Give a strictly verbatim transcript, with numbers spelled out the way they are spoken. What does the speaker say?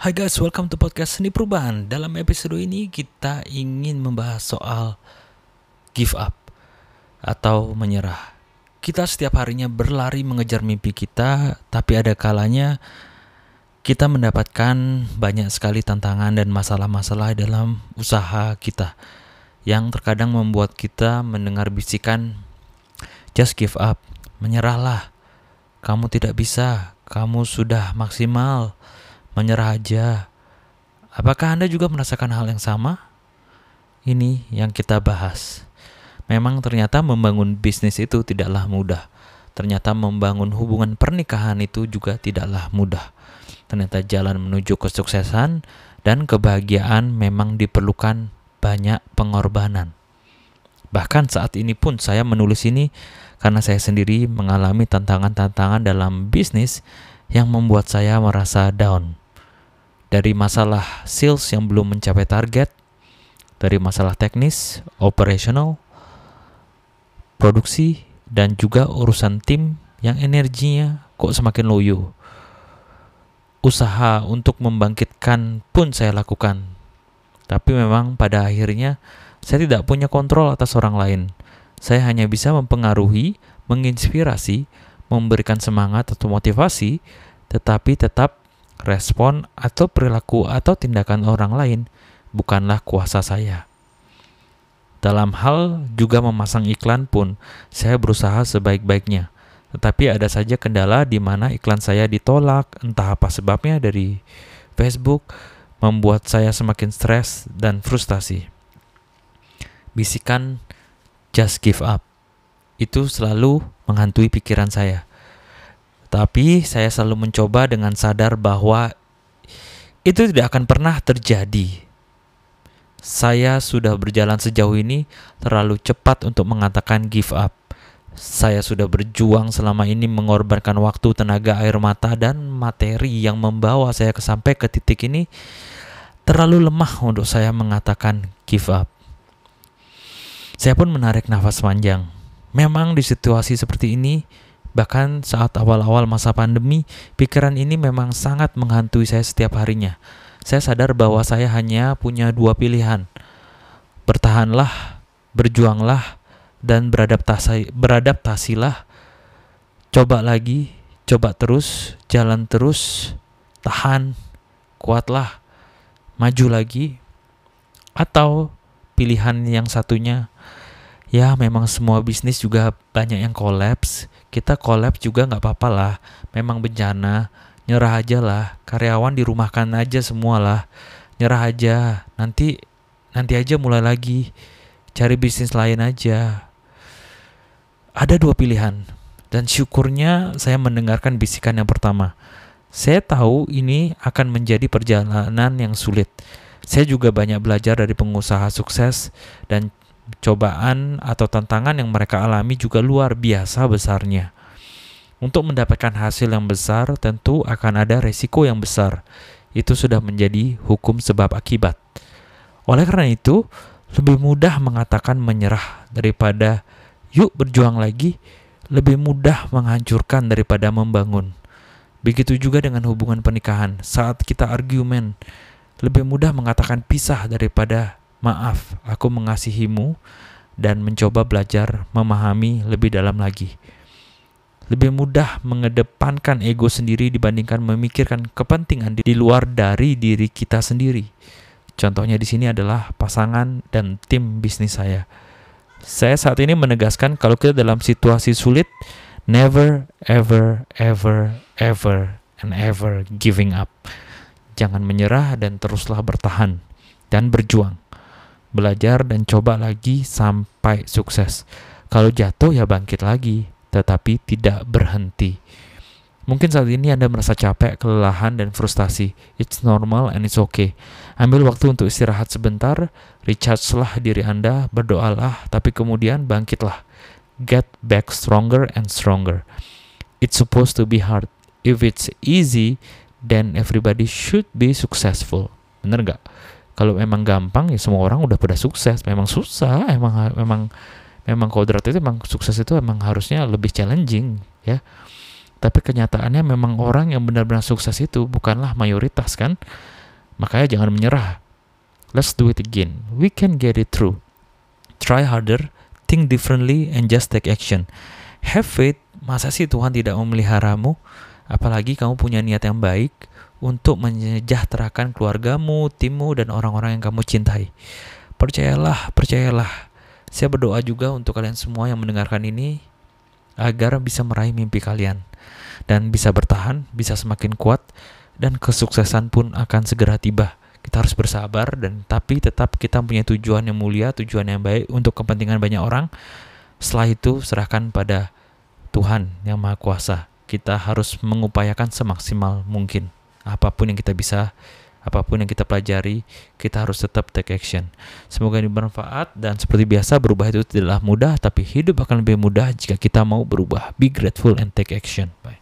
Hai guys, welcome to podcast Seni Perubahan. Dalam episode ini kita ingin membahas soal give up atau menyerah. Kita setiap harinya berlari mengejar mimpi kita, tapi ada kalanya kita mendapatkan banyak sekali tantangan dan masalah-masalah dalam usaha kita yang terkadang membuat kita mendengar bisikan just give up, menyerahlah, kamu tidak bisa, kamu sudah maksimal, menyerah aja. Apakah Anda juga merasakan hal yang sama? Ini yang kita bahas. Memang ternyata membangun bisnis itu tidaklah mudah. Ternyata membangun hubungan pernikahan itu juga tidaklah mudah. Ternyata jalan menuju kesuksesan dan kebahagiaan memang diperlukan banyak pengorbanan. Bahkan saat ini pun saya menulis ini karena saya sendiri mengalami tantangan-tantangan dalam bisnis yang membuat saya merasa down. Dari masalah sales yang belum mencapai target, dari masalah teknis, operational, produksi, dan juga urusan tim yang energinya kok semakin loyo. Usaha untuk membangkitkan pun saya lakukan, tapi memang pada akhirnya saya tidak punya kontrol atas orang lain. Saya hanya bisa mempengaruhi, menginspirasi, memberikan semangat atau motivasi, tetapi tetap respon atau perilaku atau tindakan orang lain bukanlah kuasa saya. Dalam hal juga memasang iklan pun saya berusaha sebaik-baiknya. Tetapi ada saja kendala di mana iklan saya ditolak, entah apa sebabnya dari Facebook, membuat saya semakin stres dan frustasi. Bisikan just give up itu selalu menghantui pikiran saya. Tapi saya selalu mencoba dengan sadar bahwa itu tidak akan pernah terjadi. Saya sudah berjalan sejauh ini terlalu cepat untuk mengatakan give up. Saya sudah berjuang selama ini mengorbankan waktu, tenaga, air mata, dan materi yang membawa saya ke sampai ke titik ini. Terlalu lemah untuk saya mengatakan give up. Saya pun menarik nafas panjang. Memang di situasi seperti ini, bahkan saat awal-awal masa pandemi, pikiran ini memang sangat menghantui saya setiap harinya. Saya sadar bahwa saya hanya punya dua pilihan. Bertahanlah, berjuanglah, dan beradaptasi, beradaptasilah. Coba lagi, coba terus, jalan terus, tahan, kuatlah, maju lagi. Atau pilihan yang satunya, ya memang semua bisnis juga banyak yang kolaps. Kita kolaps juga gak apa-apa lah. Memang bencana. Nyerah aja lah. Karyawan dirumahkan aja semualah. Nyerah aja. Nanti nanti aja mulai lagi. Cari bisnis lain aja. Ada dua pilihan. Dan syukurnya saya mendengarkan bisikan yang pertama. Saya tahu ini akan menjadi perjalanan yang sulit. Saya juga banyak belajar dari pengusaha sukses dan cobaan atau tantangan yang mereka alami juga luar biasa besarnya. Untuk mendapatkan hasil yang besar tentu akan ada resiko yang besar. Itu sudah menjadi hukum sebab akibat. Oleh karena itu, lebih mudah mengatakan menyerah daripada yuk berjuang lagi, lebih mudah menghancurkan daripada membangun. Begitu juga dengan hubungan pernikahan. Saat kita argumen, lebih mudah mengatakan pisah daripada maaf, aku mengasihimu, dan mencoba belajar memahami lebih dalam lagi. Lebih mudah mengedepankan ego sendiri dibandingkan memikirkan kepentingan di luar dari diri kita sendiri. Contohnya di sini adalah pasangan dan tim bisnis saya. Saya saat ini menegaskan kalau kita dalam situasi sulit, never, ever, ever, ever, and ever giving up. Jangan menyerah dan teruslah bertahan dan berjuang. Belajar dan coba lagi sampai sukses. Kalau jatuh ya bangkit lagi, tetapi tidak berhenti. Mungkin saat ini Anda merasa capek, kelelahan, dan frustasi. It's normal and it's okay. Ambil waktu untuk istirahat sebentar, recharge-lah diri Anda, berdoalah, tapi kemudian bangkitlah. Get back stronger and stronger. It's supposed to be hard. If it's easy, then everybody should be successful. Bener gak? Kalau memang gampang ya semua orang udah pada sukses. Memang susah, emang memang memang kodrat itu memang sukses itu memang harusnya lebih challenging ya. Tapi kenyataannya memang orang yang benar-benar sukses itu bukanlah mayoritas kan. Makanya jangan menyerah. Let's do it again. We can get it through. Try harder, think differently, and just take action. Have faith. Masa sih Tuhan tidak memeliharamu? Apalagi kamu punya niat yang baik untuk menyejahterakan keluargamu, timmu, dan orang-orang yang kamu cintai. Percayalah, percayalah. Saya berdoa juga untuk kalian semua yang mendengarkan ini agar bisa meraih mimpi kalian dan bisa bertahan, bisa semakin kuat, dan kesuksesan pun akan segera tiba. Kita harus bersabar, dan tapi tetap kita punya tujuan yang mulia, tujuan yang baik untuk kepentingan banyak orang. Setelah itu serahkan pada Tuhan yang Maha Kuasa. Kita harus mengupayakan semaksimal mungkin. Apapun yang kita bisa, apapun yang kita pelajari, kita harus tetap take action. Semoga ini bermanfaat, dan seperti biasa, berubah itu tidaklah mudah, tapi hidup akan lebih mudah jika kita mau berubah. Be grateful and take action. Bye.